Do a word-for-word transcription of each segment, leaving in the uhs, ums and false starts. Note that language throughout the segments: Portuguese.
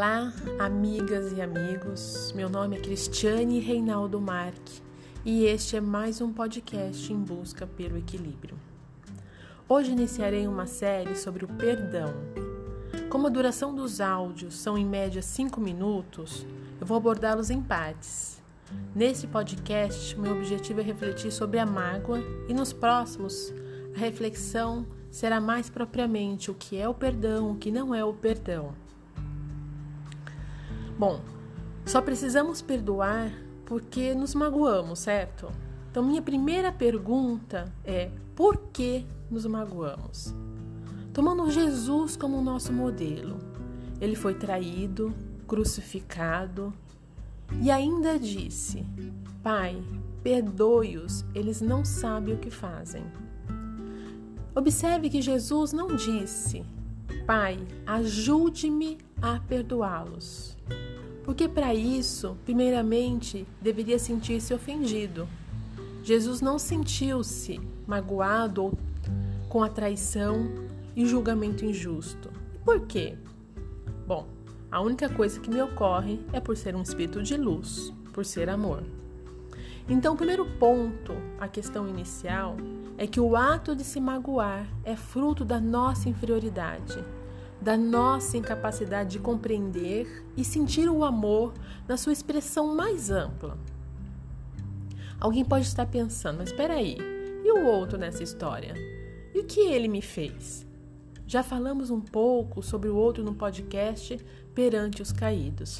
Olá, amigas e amigos, meu nome é Cristiane Reinaldo Marque e este é mais um podcast em busca pelo equilíbrio. Hoje iniciarei uma série sobre o perdão. Como a duração dos áudios são em média cinco minutos, eu vou abordá-los em partes. Nesse podcast, meu objetivo é refletir sobre a mágoa e nos próximos, a reflexão será mais propriamente o que é o perdão, o que não é o perdão. Bom, só precisamos perdoar porque nos magoamos, certo? Então, minha primeira pergunta é: por que nos magoamos? Tomando Jesus como nosso modelo, ele foi traído, crucificado e ainda disse: Pai, perdoe-os, eles não sabem o que fazem. Observe que Jesus não disse: Pai, ajude-me a perdoá-los. Porque para isso, primeiramente, deveria sentir-se ofendido. Jesus não sentiu-se magoado ou com a traição e o julgamento injusto. E por quê? Bom, a única coisa que me ocorre é por ser um espírito de luz, por ser amor. Então, o primeiro ponto, a questão inicial, é que o ato de se magoar é fruto da nossa inferioridade, da nossa incapacidade de compreender e sentir o amor na sua expressão mais ampla. Alguém pode estar pensando, mas espera aí, e o outro nessa história? E o que ele me fez? Já falamos um pouco sobre o outro no podcast Perante os Caídos.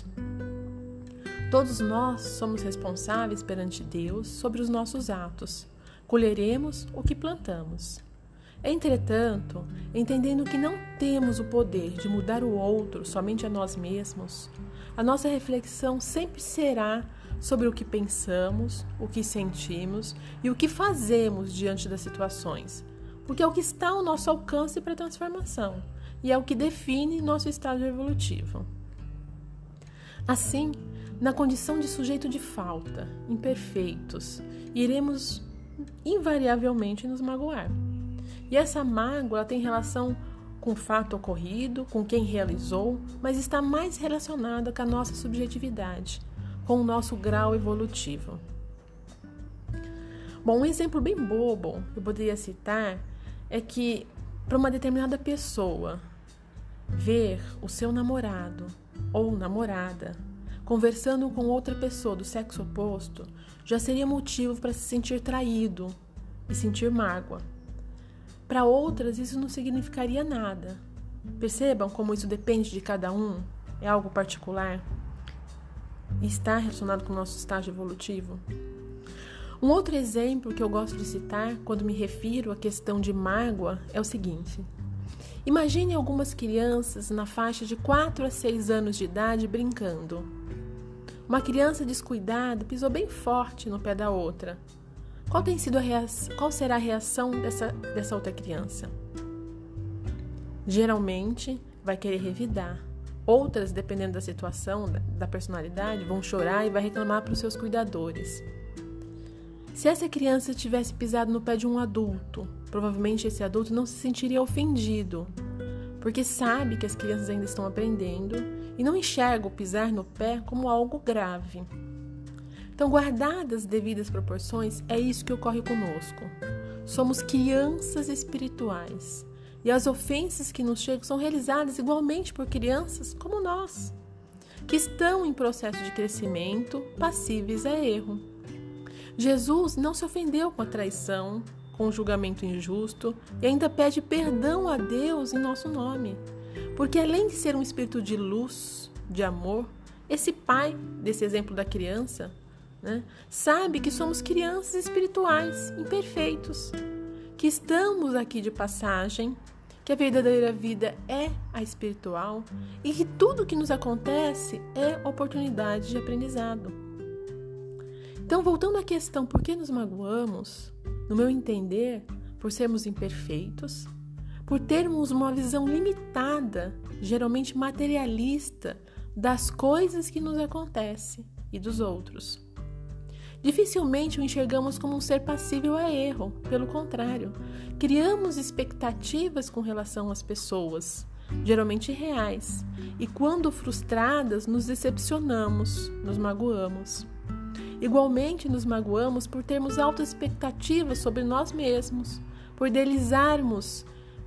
Todos nós somos responsáveis perante Deus sobre os nossos atos. Colheremos o que plantamos. Entretanto, entendendo que não temos o poder de mudar o outro somente a nós mesmos, a nossa reflexão sempre será sobre o que pensamos, o que sentimos e o que fazemos diante das situações, porque é o que está ao nosso alcance para a transformação e é o que define nosso estágio evolutivo. Assim, na condição de sujeito de falta, imperfeitos, iremos invariavelmente nos magoar. E essa mágoa tem relação com o fato ocorrido, com quem realizou, mas está mais relacionada com a nossa subjetividade, com o nosso grau evolutivo. Bom, um exemplo bem bobo que eu poderia citar é que para uma determinada pessoa ver o seu namorado ou namorada conversando com outra pessoa do sexo oposto já seria motivo para se sentir traído e sentir mágoa. Para outras, isso não significaria nada. Percebam como isso depende de cada um, é algo particular e está relacionado com o nosso estágio evolutivo. Um outro exemplo que eu gosto de citar quando me refiro à questão de mágoa é o seguinte: imagine algumas crianças na faixa de quatro a seis anos de idade brincando. Uma criança descuidada pisou bem forte no pé da outra. Qual tem sido a reação, qual será a reação dessa, dessa outra criança? Geralmente vai querer revidar. Outras, dependendo da situação, da, da personalidade, vão chorar e vai reclamar para os seus cuidadores. Se essa criança tivesse pisado no pé de um adulto, provavelmente esse adulto não se sentiria ofendido, porque sabe que as crianças ainda estão aprendendo e não enxerga o pisar no pé como algo grave. Então, guardadas as devidas proporções, é isso que ocorre conosco. Somos crianças espirituais e as ofensas que nos chegam são realizadas igualmente por crianças como nós, que estão em processo de crescimento, passíveis a erro. Jesus não se ofendeu com a traição, com o julgamento injusto e ainda pede perdão a Deus em nosso nome, porque além de ser um espírito de luz, de amor, esse pai, desse exemplo da criança, né, sabe que somos crianças espirituais, imperfeitos, que estamos aqui de passagem, que a verdadeira vida é a espiritual e que tudo que nos acontece é oportunidade de aprendizado. Então, voltando à questão por que nos magoamos, no meu entender, por sermos imperfeitos, por termos uma visão limitada, geralmente materialista, das coisas que nos acontecem e dos outros. Dificilmente o enxergamos como um ser passível a erro, pelo contrário, criamos expectativas com relação às pessoas, geralmente reais, e quando frustradas, nos decepcionamos, nos magoamos. Igualmente, nos magoamos por termos altas expectativas sobre nós mesmos, por idealizarmos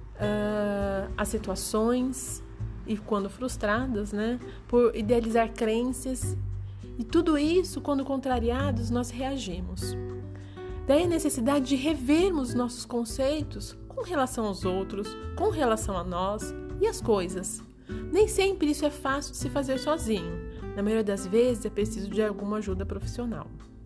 uh, as situações, e quando frustradas, né, por idealizar crenças, e tudo isso, quando contrariados, nós reagimos. Daí a necessidade de revermos nossos conceitos com relação aos outros, com relação a nós e as coisas. Nem sempre isso é fácil de se fazer sozinho. Na maioria das vezes é preciso de alguma ajuda profissional.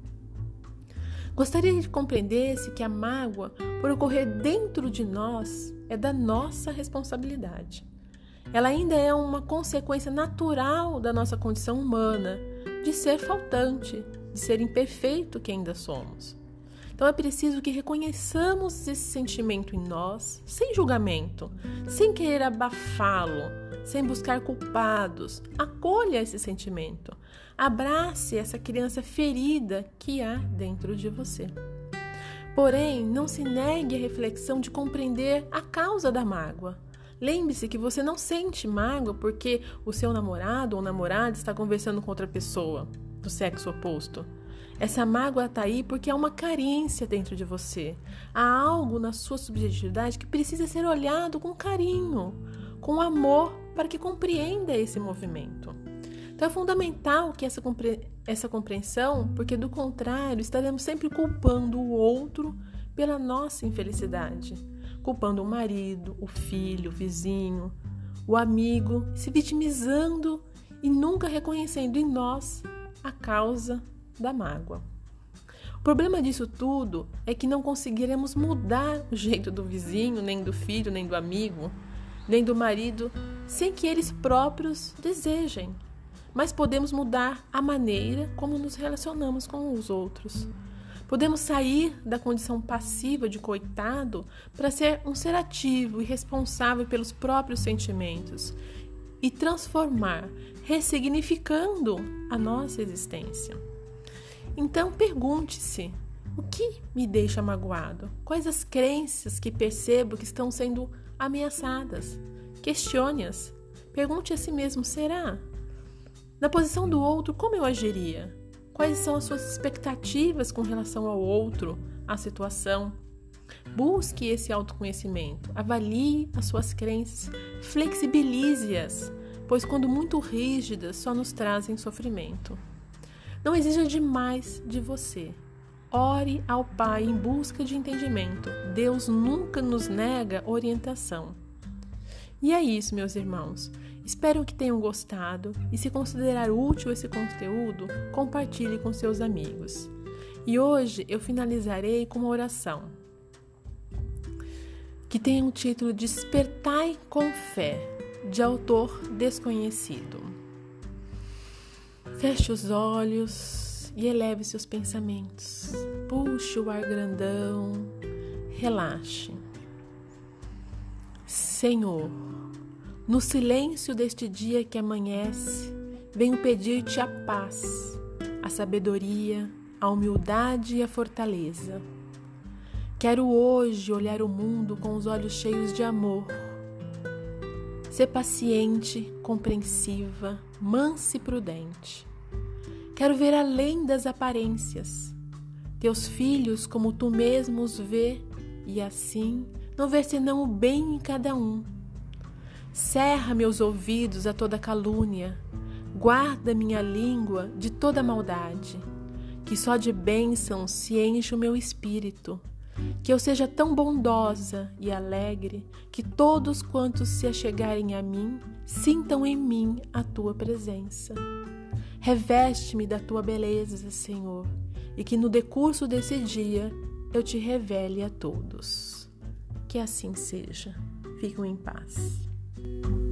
Gostaria que compreendesse que a mágoa, por ocorrer dentro de nós, é da nossa responsabilidade. Ela ainda é uma consequência natural da nossa condição humana, de ser faltante, de ser imperfeito que ainda somos. Então é preciso que reconheçamos esse sentimento em nós, sem julgamento, sem querer abafá-lo, sem buscar culpados. Acolha esse sentimento. Abrace essa criança ferida que há dentro de você. Porém, não se negue a reflexão de compreender a causa da mágoa. Lembre-se que você não sente mágoa porque o seu namorado ou namorada está conversando com outra pessoa do sexo oposto. Essa mágoa está aí porque há uma carência dentro de você. Há algo na sua subjetividade que precisa ser olhado com carinho, com amor, para que compreenda esse movimento. Então é fundamental que essa, compre- essa compreensão, porque do contrário estaremos sempre culpando o outro pela nossa infelicidade. Culpando o marido, o filho, o vizinho, o amigo, se vitimizando e nunca reconhecendo em nós a causa da mágoa. O problema disso tudo é que não conseguiremos mudar o jeito do vizinho, nem do filho, nem do amigo, nem do marido, sem que eles próprios desejem. Mas podemos mudar a maneira como nos relacionamos com os outros. Podemos sair da condição passiva de coitado para ser um ser ativo e responsável pelos próprios sentimentos e transformar, ressignificando a nossa existência. Então pergunte-se, o que me deixa magoado? Quais as crenças que percebo que estão sendo ameaçadas? Questione-as. Pergunte a si mesmo, será? Na posição do outro, como eu agiria? Quais são as suas expectativas com relação ao outro, à situação? Busque esse autoconhecimento, avalie as suas crenças, flexibilize-as, pois quando muito rígidas só nos trazem sofrimento. Não exija demais de você. Ore ao Pai em busca de entendimento. Deus nunca nos nega orientação. E é isso, meus irmãos. Espero que tenham gostado e, se considerar útil esse conteúdo, compartilhe com seus amigos. E hoje eu finalizarei com uma oração que tem o título Despertai com Fé, de autor desconhecido. Feche os olhos e eleve seus pensamentos. Puxe o ar grandão, relaxe. Senhor, no silêncio deste dia que amanhece, venho pedir-te a paz, a sabedoria, a humildade e a fortaleza. Quero hoje olhar o mundo com os olhos cheios de amor. Ser paciente, compreensiva, mansa e prudente. Quero ver além das aparências, teus filhos como tu mesmo os vê, e assim não ver senão o bem em cada um. Cerra meus ouvidos a toda calúnia, guarda minha língua de toda maldade, que só de bênçãos se enche o meu espírito, que eu seja tão bondosa e alegre, que todos quantos se achegarem a mim, sintam em mim a tua presença. Reveste-me da tua beleza, Senhor, e que no decurso desse dia eu te revele a todos. Que assim seja. Fiquem em paz.